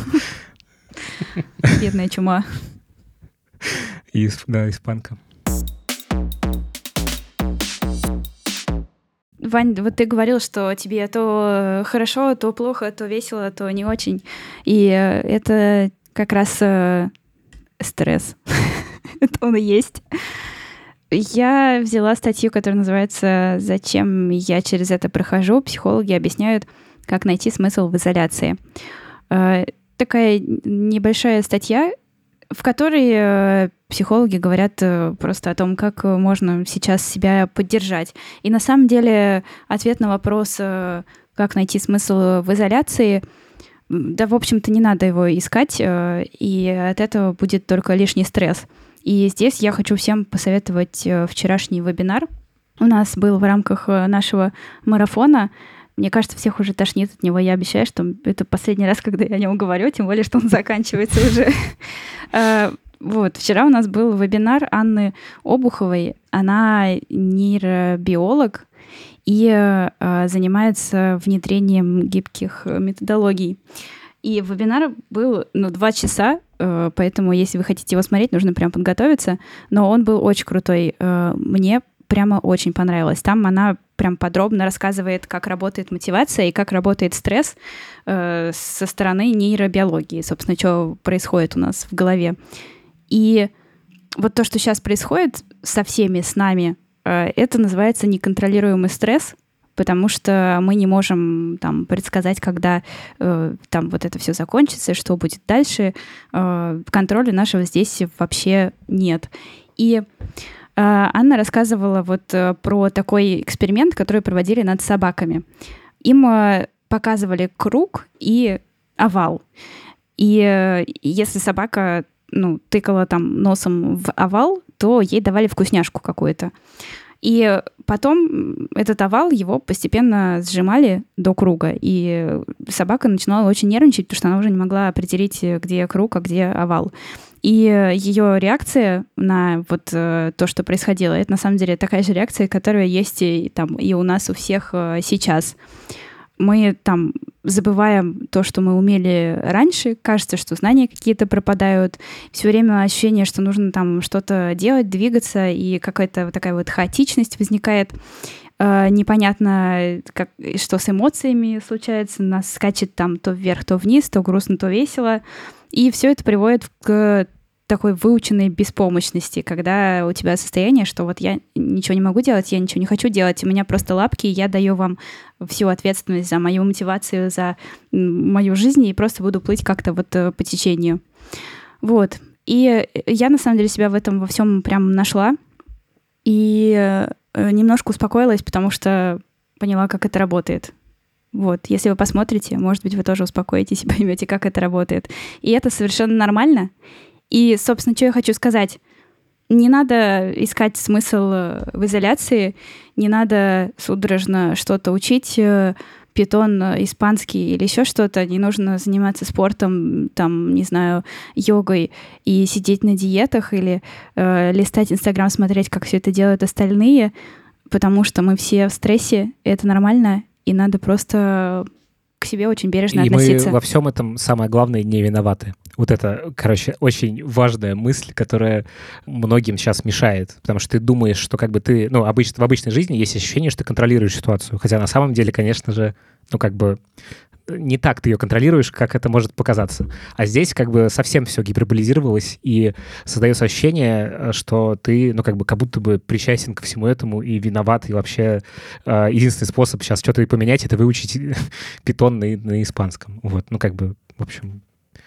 Бедная чума. Да, испанка. Вань, вот ты говорил, что тебе то хорошо, то плохо, то весело, то не очень. И это как раз э, стресс. Это он и есть. Я взяла статью, которая называется «Зачем я через это прохожу?». Психологи объясняют, как найти смысл в изоляции. Э, такая небольшая статья, в которой э, психологи говорят э, просто о том, как можно сейчас себя поддержать. И на самом деле ответ на вопрос, э, как найти смысл в изоляции, да, в общем-то, не надо его искать, э, и от этого будет только лишний стресс. И здесь я хочу всем посоветовать э, вчерашний вебинар. У нас был в рамках нашего марафона. Мне кажется, всех уже тошнит от него. Я обещаю, что это последний раз, когда я о нем говорю, тем более, что он заканчивается уже. Вот, вчера у нас был вебинар Анны Обуховой. Она нейробиолог и занимается внедрением гибких методологий. И вебинар был, ну, два часа, поэтому, если вы хотите его смотреть, нужно прям подготовиться. Но он был очень крутой. Мне прямо очень понравилось. Там она прям подробно рассказывает, как работает мотивация и как работает стресс э, со стороны нейробиологии, собственно, что происходит у нас в голове. И вот то, что сейчас происходит со всеми с нами, э, это называется неконтролируемый стресс, потому что мы не можем там предсказать, когда э, там вот это все закончится, что будет дальше. Э, контроля нашего здесь вообще нет. И Анна рассказывала вот про такой эксперимент, который проводили над собаками. Им показывали круг и овал. И если собака, ну, тыкала там носом в овал, то ей давали вкусняшку какую-то. И потом этот овал, его постепенно сжимали до круга, и собака начинала очень нервничать, потому что она уже не могла определить, где круг, а где овал. И ее реакция на вот то, что происходило, это на самом деле такая же реакция, которая есть и, там, и у нас у всех сейчас. Мы там забываем то, что мы умели раньше, кажется, что знания какие-то пропадают, все время ощущение, что нужно там что-то делать, двигаться, и какая-то вот такая вот хаотичность возникает. Э, непонятно, как, что с эмоциями случается, нас скачет там то вверх, то вниз, то грустно, то весело, и все это приводит к такой выученной беспомощности, когда у тебя состояние, что вот я ничего не могу делать, я ничего не хочу делать, у меня просто лапки, и я даю вам всю ответственность за мою мотивацию, за мою жизнь, и просто буду плыть как-то вот по течению. Вот. И я, на самом деле, себя в этом во всем прям нашла, и немножко успокоилась, потому что поняла, как это работает. Вот, если вы посмотрите, может быть, вы тоже успокоитесь и поймете, как это работает. И это совершенно нормально. И, собственно, что я хочу сказать. Не надо искать смысл в изоляции, не надо судорожно что-то учить, питон, испанский или еще что-то. Не нужно заниматься спортом, там, не знаю, йогой и сидеть на диетах или э, листать Инстаграм, смотреть, как все это делают остальные, потому что мы все в стрессе, и это нормально, и надо просто к себе очень бережно и относиться. И мы во всем этом, самое главное, не виноваты. Вот это, короче, очень важная мысль, которая многим сейчас мешает, потому что ты думаешь, что как бы ты, ну, обычно, в обычной жизни есть ощущение, что ты контролируешь ситуацию, хотя на самом деле, конечно же, ну, как бы не так ты ее контролируешь, как это может показаться. А здесь как бы совсем все гиперболизировалось, и создается ощущение, что ты, ну, как бы как будто бы причастен ко всему этому и виноват, и вообще э, единственный способ сейчас что-то и поменять — это выучить питон на, на испанском. Вот, ну, как бы, в общем...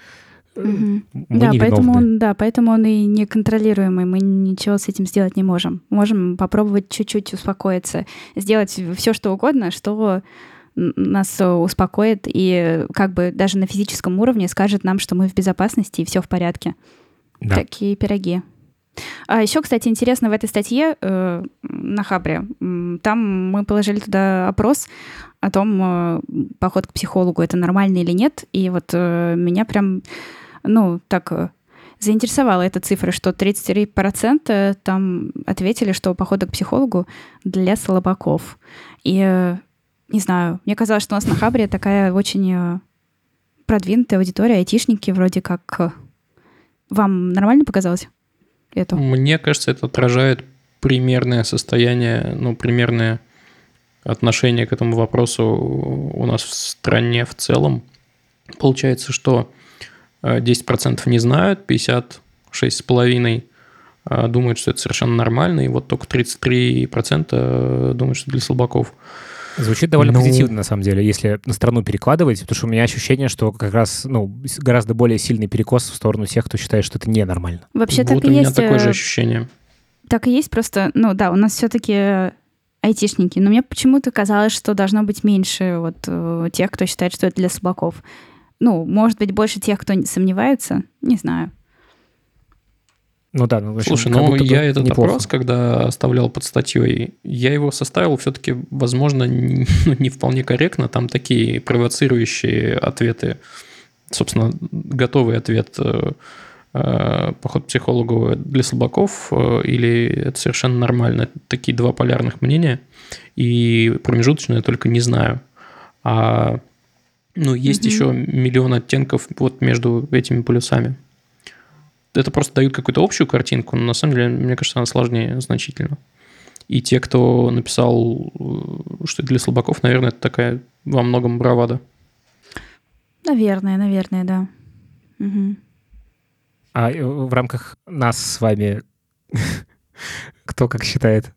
Мгм. Мы Да, не поэтому виновны. он, да, поэтому он и неконтролируемый, мы ничего с этим сделать не можем. Можем попробовать чуть-чуть успокоиться, сделать все, что угодно, что н- нас э, успокоит и как бы даже на физическом уровне скажет нам, что мы в безопасности и все в порядке. Да. Такие пироги. А еще, кстати, интересно в этой статье э, на Хабре, м, там мы положили туда опрос о том, э, поход к психологу это нормально или нет. И вот э, меня прям, ну, так э, заинтересовала эта цифра, что тридцать три процента там ответили, что походы к психологу для слабаков. И, э, не знаю, мне казалось, что у нас на Хабре такая очень э, продвинутая аудитория, айтишники вроде как. э, Вам нормально показалось это? Мне кажется, это отражает примерное состояние, ну, примерное отношение к этому вопросу у нас в стране в целом. Получается, что десять процентов не знают, пятьдесят шесть с половиной думают, что это совершенно нормально, и вот только тридцать три процента думают, что для слабаков. Звучит довольно Ну- позитивно, на самом деле, если на страну перекладывать, потому что у меня ощущение, что как раз ну, с- гораздо более сильный перекос в сторону тех, кто считает, что это ненормально. Вообще вот так у и меня есть. такое же э, ощущение. Так и есть, просто, ну да, у нас все-таки айтишники, но мне почему-то казалось, что должно быть меньше вот э, тех, кто считает, что это для слабаков. Ну, может быть, больше тех, кто не- сомневается, не знаю. Ну да, ну, в общем, Слушай, как ну будто бы я этот неплохо. опрос, когда оставлял под статьей, я его составил все-таки, возможно, не, ну, не вполне корректно. Там такие провоцирующие ответы, собственно, готовый ответ э, э, поход к психологу для слабаков э, или это совершенно нормально. Это такие два полярных мнения. И промежуточное я только не знаю. А ну, есть Мгм. еще миллион оттенков вот между этими полюсами. Это просто дают какую-то общую картинку, но на самом деле, мне кажется, она сложнее значительно. И те, кто написал, э, что это для слабаков, наверное, это такая во многом бравада. Наверное, наверное, да. Мгм. А э, в рамках нас с вами кто как считает?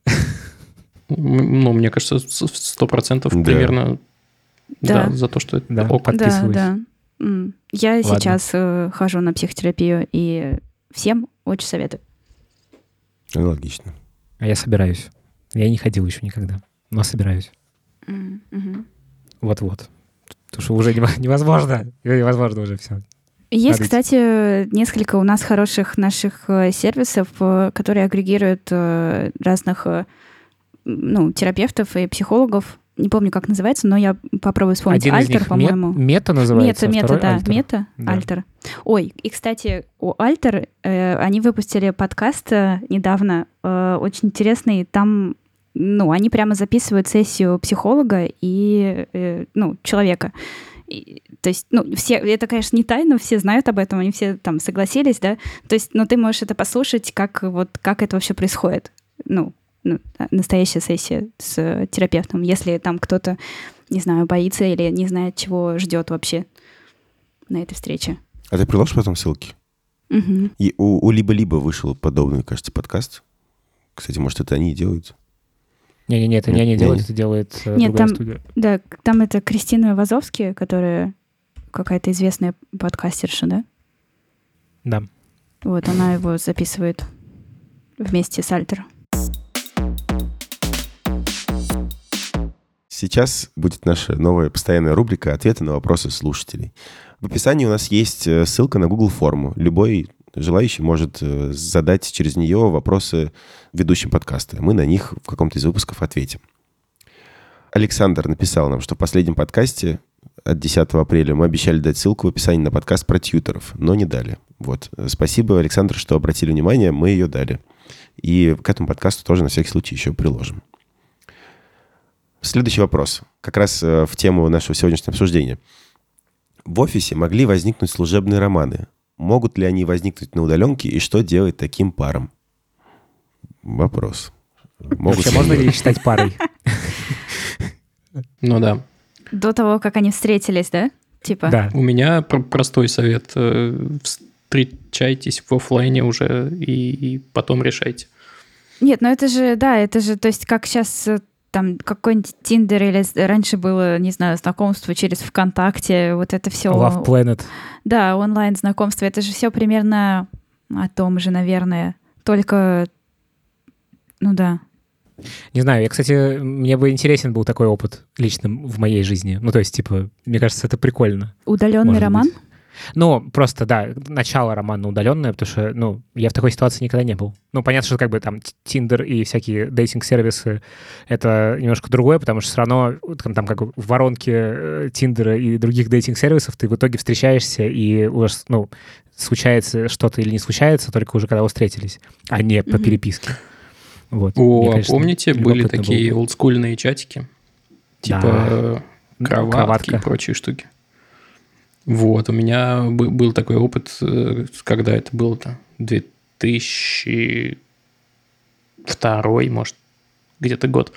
М, Ну, мне кажется, сто процентов Да. примерно да. Да. за то, что это Да, ок. Да, подписываюсь. да. М. Я Ладно. сейчас э, хожу на психотерапию, и всем очень советую. Аналогично. А я собираюсь. Я не ходил еще никогда, но собираюсь. М, мгм. Вот-вот. Потому что уже нево- невозможно. Невозможно уже все. Есть, Надо идти. кстати, несколько у нас хороших наших э, сервисов, э, которые агрегируют э, разных э, ну, терапевтов и психологов. Не помню, как называется, но я попробую вспомнить. Один из Альтер, них по-моему. мет- мета называется, Мета, а мета, второй да, Альтер. мета, Да. Альтер. Ой, и, кстати, у Альтер э, они выпустили подкаст э, недавно, э, очень интересный. Там, ну, они прямо записывают сессию психолога и, э, ну, человека. И, то есть, ну, все, это, конечно, не тайна, все знают об этом, они все там согласились, да. То есть, ну, ты можешь это послушать, как вот как это вообще происходит. Ну, ну, настоящая сессия с э, терапевтом, если там кто-то, не знаю, боится или не знает, чего ждет вообще на этой встрече. А ты приложишь потом ссылки? Мгм. И у, у Либо-Либо вышел подобный, кажется, подкаст. Кстати, может, это они и делают? Не-не-не, это не Нет, они не делают, они. это делает э, Нет, другая там- студия. Да, там это Кристина Вазовски, которая какая-то известная подкастерша, да? Да. Вот, она его записывает вместе с Альтер. Сейчас будет наша новая постоянная рубрика «Ответы на вопросы слушателей». В описании у нас есть э, ссылка на Google форму. Любой желающий может э, задать через нее вопросы ведущим подкаста. Мы на них в каком-то из выпусков ответим. Александр написал нам, что в последнем подкасте от десятого апреля мы обещали дать ссылку в описании на подкаст про тьюторов, но не дали. Вот. Спасибо, Александр, что обратили внимание, мы ее дали. И к этому подкасту тоже на всякий случай еще приложим. Следующий вопрос. Как раз э, в тему нашего сегодняшнего обсуждения. В офисе могли возникнуть служебные романы. Могут ли они возникнуть на удаленке и что делать таким парам? Вопрос. Могут Вообще, можно ли их считать парой? Ну да. До того, как они встретились, да? Типа. Да. У меня пр- простой совет. э, Встречайтесь в оффлайне уже и, и потом решайте. Нет, ну это же, да, это же, то есть как сейчас там какой-нибудь Тиндер или раньше было, не знаю, знакомство через ВКонтакте, вот это все. Love Planet. Да, онлайн-знакомство, это же все примерно о том же, наверное. Только, ну да. Не знаю, я, кстати, мне бы интересен был такой опыт лично в моей жизни. Ну, то есть, типа, мне кажется, это прикольно. Удаленный роман? Быть. Ну, просто, да, начало романа удаленное, потому что, ну, я в такой ситуации никогда не был. Ну, понятно, что как бы там Тиндер и всякие дейтинг-сервисы — это немножко другое, потому что все равно там, там как в воронке Тиндера и других дейтинг-сервисов ты в итоге встречаешься, и у вас, ну, случается что-то или не случается, только уже когда вы встретились, а не mm-hmm. по переписке. Вот. О, Мне, конечно, помните, были такие было. олдскульные чатики? Типа да. кроватки Кроватка. и прочие штуки. Вот, у меня был такой опыт, когда это было-то, две тысячи второй, может, где-то год.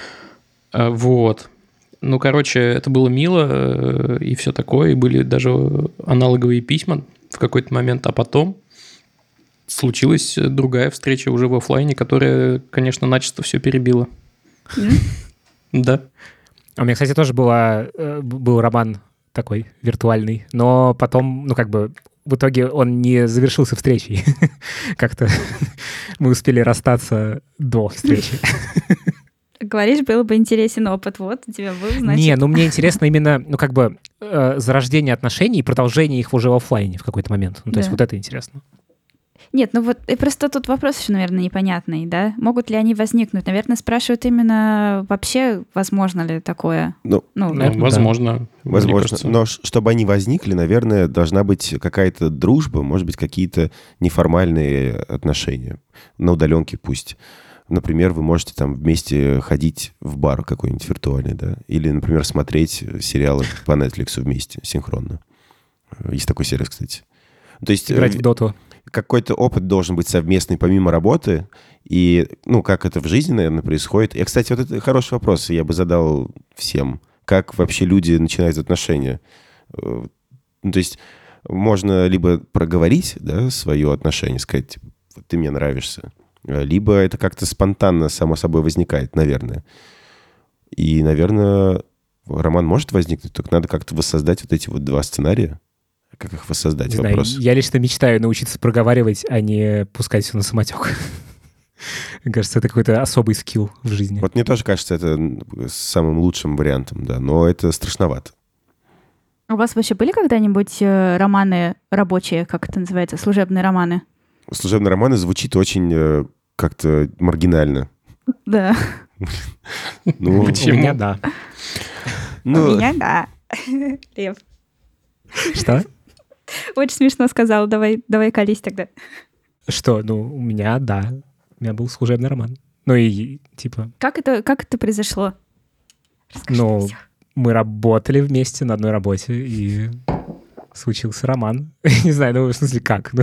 Вот. Ну, короче, это было мило и все такое, и были даже аналоговые письма в какой-то момент, а потом случилась другая встреча уже в офлайне, которая, конечно, начисто все перебила. Mm? Да. У меня, кстати, тоже была, был роман такой виртуальный, но потом, ну, как бы, в итоге он не завершился встречей. Как-то мы успели расстаться до встречи. Говоришь, был бы интересен опыт. Вот у тебя был, значит... Не, ну, мне интересно именно, ну, как бы, э, зарождение отношений и продолжение их уже в офлайне в какой-то момент. Ну, то да. есть вот это интересно. Нет, ну вот и просто тут вопрос еще, наверное, непонятный, да? Могут ли они возникнуть? Наверное, спрашивают именно вообще, возможно ли такое? Ну, ну наверное, возможно. Да. Возможно, но чтобы они возникли, наверное, должна быть какая-то дружба, может быть, какие-то неформальные отношения. На удаленке пусть. Например, вы можете там вместе ходить в бар какой-нибудь виртуальный, да? Или, например, смотреть сериалы по Netflix вместе, синхронно. Есть такой сервис, кстати. То есть... Играть в доту. Какой-то опыт должен быть совместный помимо работы, и, ну, как это в жизни, наверное, происходит. И, кстати, вот это хороший вопрос, я бы задал всем. Как вообще люди начинают отношения? Ну, то есть можно либо проговорить, да, свое отношение, сказать, ты мне нравишься, либо это как-то спонтанно, само собой возникает, наверное. И, наверное, роман может возникнуть, только надо как-то воссоздать вот эти вот два сценария. Как их воссоздать? Не Вопрос. Знаю, я лично мечтаю научиться проговаривать, а не пускать все на самотек. Мне кажется, это какой-то особый скилл в жизни. Вот мне тоже кажется, это самым лучшим вариантом, да, но это страшновато. У вас вообще были когда-нибудь романы рабочие, как это называется, служебные романы? Служебные романы звучит очень как-то маргинально. Да. Ну, почему? У меня да. У меня да. Лев. Что? Очень смешно сказал. Давай, давай колись тогда. Что? Ну, у меня, да. У меня был служебный роман. Ну и, типа... Как это, как это произошло? Расскажи ну, мы работали вместе на одной работе, и случился роман. Не знаю, ну, в смысле, как?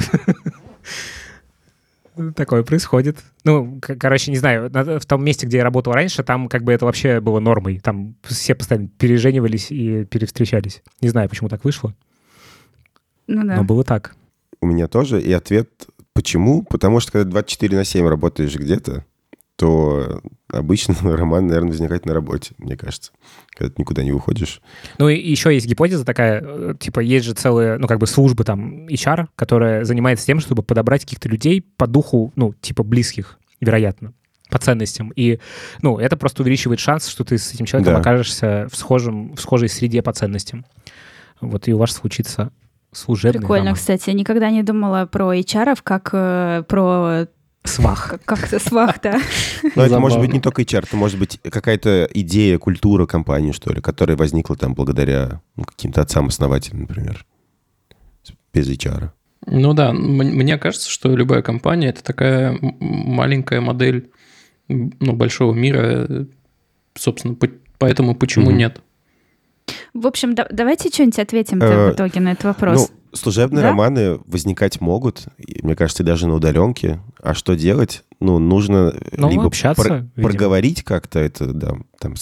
Такое происходит. Ну, короче, не знаю, в том месте, где я работал раньше, там как бы это вообще было нормой. Там все постоянно переженивались и перевстречались. Не знаю, почему так вышло. Ну да. Но было так. У меня тоже. И ответ почему? Потому что когда двадцать четыре на семь работаешь где-то, то обычно роман, наверное, возникает на работе, мне кажется, когда ты никуда не выходишь. Ну и еще есть гипотеза такая, типа есть же целая, ну как бы служба там эйч ар, которая занимается тем, чтобы подобрать каких-то людей по духу, ну типа близких, вероятно, по ценностям. И, ну, это просто увеличивает шанс, что ты с этим человеком да. окажешься в, схожем, в схожей среде по ценностям. Вот и у вас случится служебный Прикольно, роман. Кстати, я никогда не думала про эйч ар-ов как э, про... Свах. Как-то свах, да. Но это может быть не только эйч ар, это может быть какая-то идея, культура компании, что ли, которая возникла там благодаря ну, каким-то отцам-основателям, например, без эйч ар. Ну да, мне кажется, что любая компания — это такая маленькая модель ну, большого мира, собственно, поэтому почему mm-hmm. нет? В общем, да, давайте что-нибудь ответим в итоге на этот вопрос. Ну, служебные да? романы возникать могут, мне кажется, даже на удаленке. А что делать? Ну, нужно ну, либо общаться, про- проговорить как-то это, да, там, при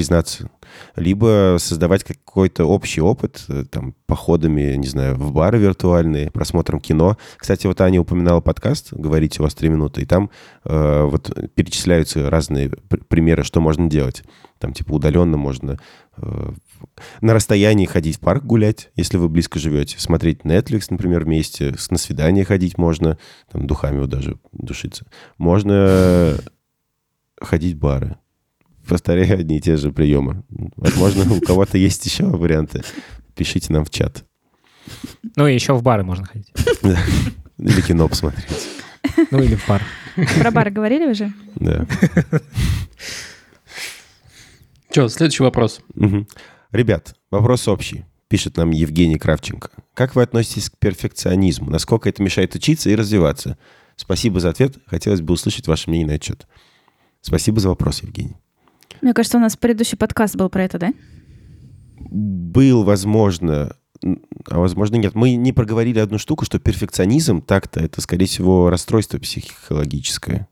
признаться. Либо создавать какой-то общий опыт, там, походами, не знаю, в бары виртуальные, просмотром кино. Кстати, вот Аня упоминала подкаст «Говорите, у вас три минуты», и там э, вот перечисляются разные пр- примеры, что можно делать. Там, типа, удаленно можно э, на расстоянии ходить в парк гулять, если вы близко живете, смотреть Netflix, например, вместе, на свидание ходить можно, там, духами вот даже душиться. Можно ходить в бары. Повторяю одни и те же приемы. Возможно, у кого-то есть еще варианты. Пишите нам в чат. Ну и еще в бары можно ходить. Да. Или кино посмотреть. Ну или в бар. Про бары говорили уже? Да. Че, следующий вопрос. Угу. Ребят, вопрос общий. Пишет нам Евгений Кравченко. Как вы относитесь к перфекционизму? Насколько это мешает учиться и развиваться? Спасибо за ответ. Хотелось бы услышать ваше мнение на этот счет. Спасибо за вопрос, Евгений. Мне кажется, у нас предыдущий подкаст был про это, да? Был, возможно, а возможно нет. Мы не проговорили одну штуку, что перфекционизм так-то это, скорее всего, расстройство психологическое.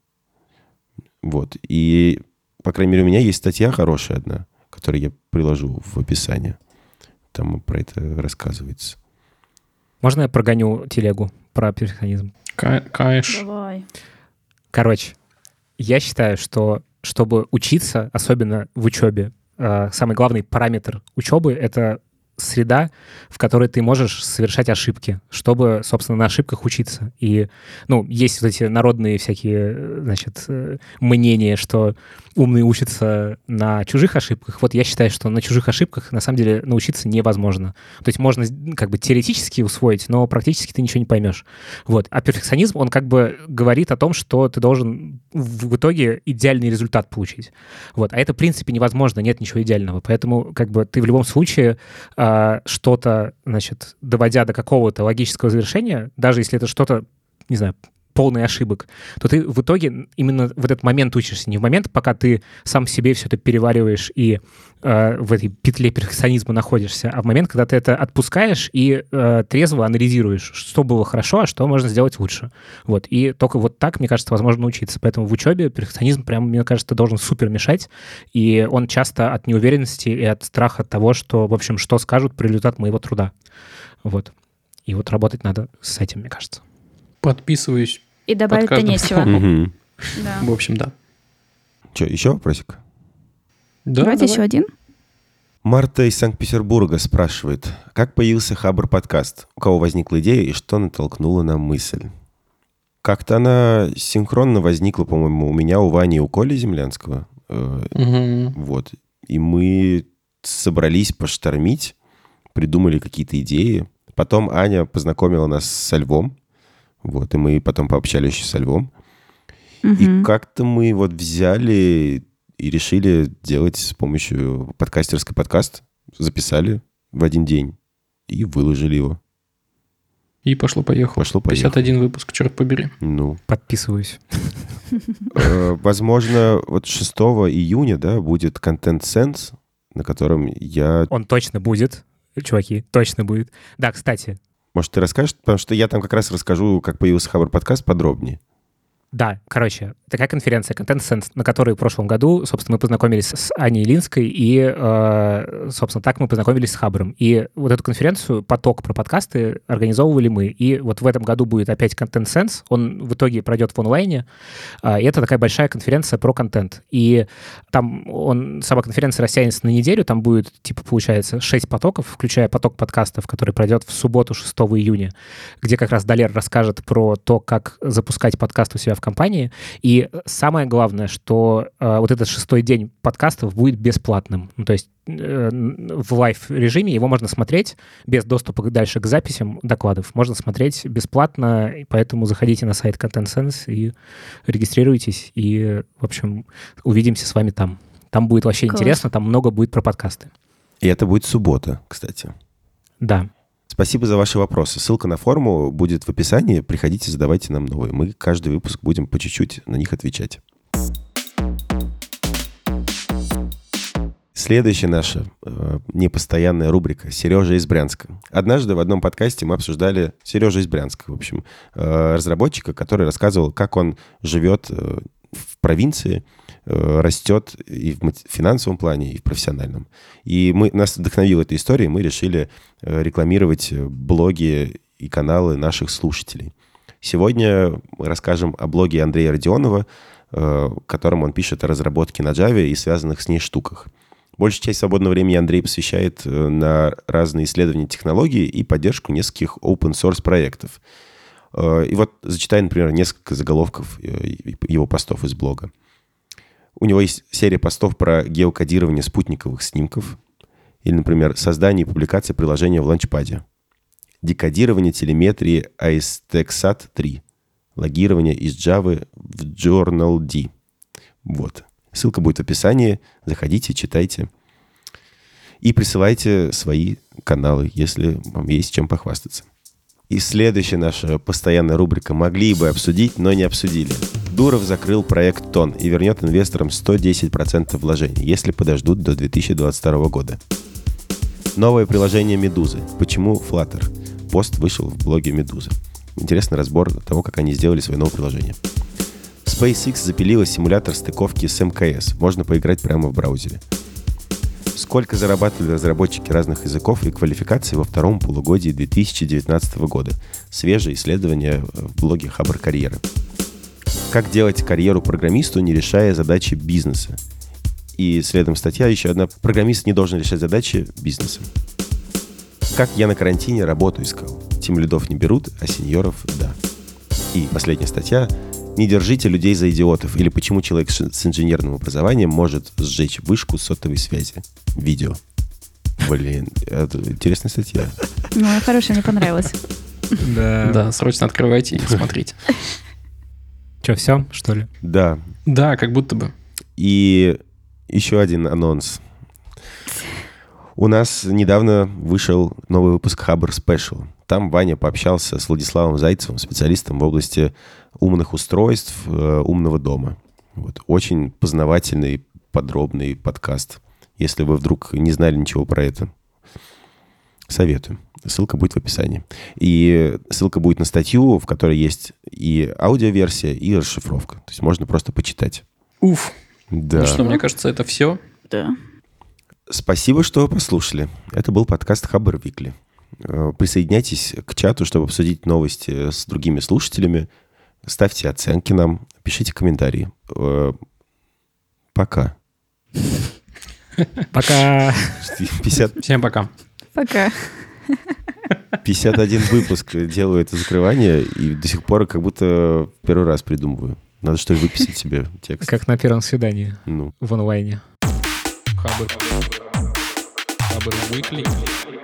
Вот. И, по крайней мере, у меня есть статья хорошая одна, которую я приложу в описании. Там про это рассказывается. Можно я прогоню телегу про перфекционизм? Каеш. Давай. Короче, я считаю, что чтобы учиться, особенно в учебе, э, самый главный параметр учебы — это среда, в которой ты можешь совершать ошибки, чтобы, собственно, на ошибках учиться. И, ну, есть вот эти народные всякие, значит, мнения, что умные учатся на чужих ошибках. Вот я считаю, что на чужих ошибках, на самом деле, научиться невозможно. То есть можно как бы теоретически усвоить, но практически ты ничего не поймешь. Вот. А перфекционизм, он как бы говорит о том, что ты должен в итоге идеальный результат получить. Вот. А это, в принципе, невозможно, нет ничего идеального. Поэтому как бы ты в любом случае а, что-то, значит, доводя до какого-то логического завершения, даже если это что-то, не знаю, полный ошибок, то ты в итоге именно в этот момент учишься. Не в момент, пока ты сам себе все это перевариваешь и э, в этой петле перфекционизма находишься, а в момент, когда ты это отпускаешь и э, трезво анализируешь, что было хорошо, а что можно сделать лучше. Вот. И только вот так, мне кажется, возможно научиться. Поэтому в учебе перфекционизм прям, мне кажется, должен супер мешать, и он часто от неуверенности и от страха того, что, в общем, что скажут про результат моего труда. Вот. И вот работать надо с этим, мне кажется. Подписываюсь. И добавить-то нечего. Угу. Да. В общем, да. Что, еще вопросик? Да, Давайте давай. еще один. Марта из Санкт-Петербурга спрашивает, как появился Хабр подкаст? У кого возникла идея и что натолкнуло на мысль? Как-то она синхронно возникла, по-моему, у меня, у Вани и у Коли Землянского. Угу. Вот. И мы собрались поштормить, придумали какие-то идеи. Потом Аня познакомила нас со Львом. Вот, и мы потом пообщались еще со Львом. Угу. И как-то мы вот взяли и решили делать с помощью подкастерской подкаст. Записали в один день и выложили его. И пошло-поехало. Пошло-поехало. пятьдесят один выпуск, черт побери. Ну, Подписываюсь. э, возможно, вот шестого июня, да, будет Content Sense, на котором я... Он точно будет, чуваки, точно будет. Да, кстати, Может, ты расскажешь? Потому что я там как раз расскажу, как появился Хабр подкаст подробнее. да, короче, такая конференция Content Sense, на которой в прошлом году, собственно, мы познакомились с Аней Илинской, и, э, собственно, так мы познакомились с Хабром. И вот эту конференцию, поток про подкасты, организовывали мы. И вот в этом году будет опять Content Sense, он в итоге пройдет в онлайне, э, и это такая большая конференция про контент. И там он, сама конференция растянется на неделю, там будет, типа, получается, шесть потоков, включая поток подкастов, который пройдет в субботу, шестого июня, где как раз Далер расскажет про то, как запускать подкаст у себя в компании. И самое главное, что э, вот этот шестой день подкастов будет бесплатным. Ну, то есть э, в лайв-режиме его можно смотреть без доступа дальше к записям докладов. Можно смотреть бесплатно, и поэтому заходите на сайт Content Sense и регистрируйтесь, и, в общем, увидимся с вами там. Там будет вообще Класс. интересно, там много будет про подкасты. И это будет суббота, кстати. Да. Спасибо за ваши вопросы. Ссылка на форму будет в описании. Приходите, задавайте нам новые. Мы каждый выпуск будем по чуть-чуть на них отвечать. Следующая наша э, непостоянная рубрика «Сережа из Брянска». Однажды в одном подкасте мы обсуждали Сережу из Брянска, в общем, э, разработчика, который рассказывал, как он живет э, в провинции растет и в финансовом плане, и в профессиональном. И мы, нас вдохновила эта история, и мы решили рекламировать блоги и каналы наших слушателей. Сегодня мы расскажем о блоге Андрея Родионова, в котором он пишет о разработке на Java и связанных с ней штуках. Большую часть свободного времени Андрей посвящает на разные исследования технологий и поддержку нескольких open-source проектов. И вот зачитаю, например, несколько заголовков его постов из блога. У него есть серия постов про геокодирование спутниковых снимков или, например, создание и публикация приложения в Ланчпаде, декодирование телеметрии Aistexat три, логирование из Java в Journal-D. Вот. Ссылка будет в описании. Заходите, читайте. И присылайте свои каналы, если вам есть чем похвастаться. И следующая наша постоянная рубрика «Могли бы обсудить, но не обсудили». Дуров закрыл проект Тон и вернет инвесторам сто десять процентов вложений, если подождут до две тысячи двадцать второго года. Новое приложение «Медузы». Почему Flutter? Пост вышел в блоге «Медузы». Интересный разбор того, как они сделали свое новое приложение. SpaceX запилила симулятор стыковки с эм ка эс. Можно поиграть прямо в браузере. Сколько зарабатывали разработчики разных языков и квалификаций во втором полугодии две тысячи девятнадцатого года? Свежее исследование в блоге Хабр Карьера. Как делать карьеру программисту, не решая задачи бизнеса? И следом статья еще одна. Программист не должен решать задачи бизнеса. Как я на карантине работу искал? Тимлидов не берут, а сеньоров – да. И последняя статья. Не держите людей за идиотов. Или почему человек с инженерным образованием может сжечь вышку сотовой связи. Видео. Блин, это интересная статья. Ну, хорошая, мне понравилась. Да. Да, срочно открывайте и смотрите. Че, все, что ли? Да. Да, как будто бы. И еще один анонс. У нас недавно вышел новый выпуск Хабр Special. Там Ваня пообщался с Владиславом Зайцевым, специалистом в области умных устройств, э, умного дома. Вот. Очень познавательный, подробный подкаст. Если вы вдруг не знали ничего про это, советую. Ссылка будет в описании. И ссылка будет на статью, в которой есть и аудиоверсия, и расшифровка. То есть можно просто почитать. Уф. Да. Ну что, мне кажется, это все. Да. Спасибо, что послушали. Это был подкаст Хабр Викли. Присоединяйтесь к чату, чтобы обсудить новости с другими слушателями. Ставьте оценки нам, пишите комментарии. Пока. Пока. пятьдесят... Всем пока. Пока. пятьдесят один выпуск делаю это закрывание, и до сих пор как будто первый раз придумываю. Надо что ли выписать себе текст. Как на первом свидании Ну. в онлайне. Хабр. Хабр Weekly.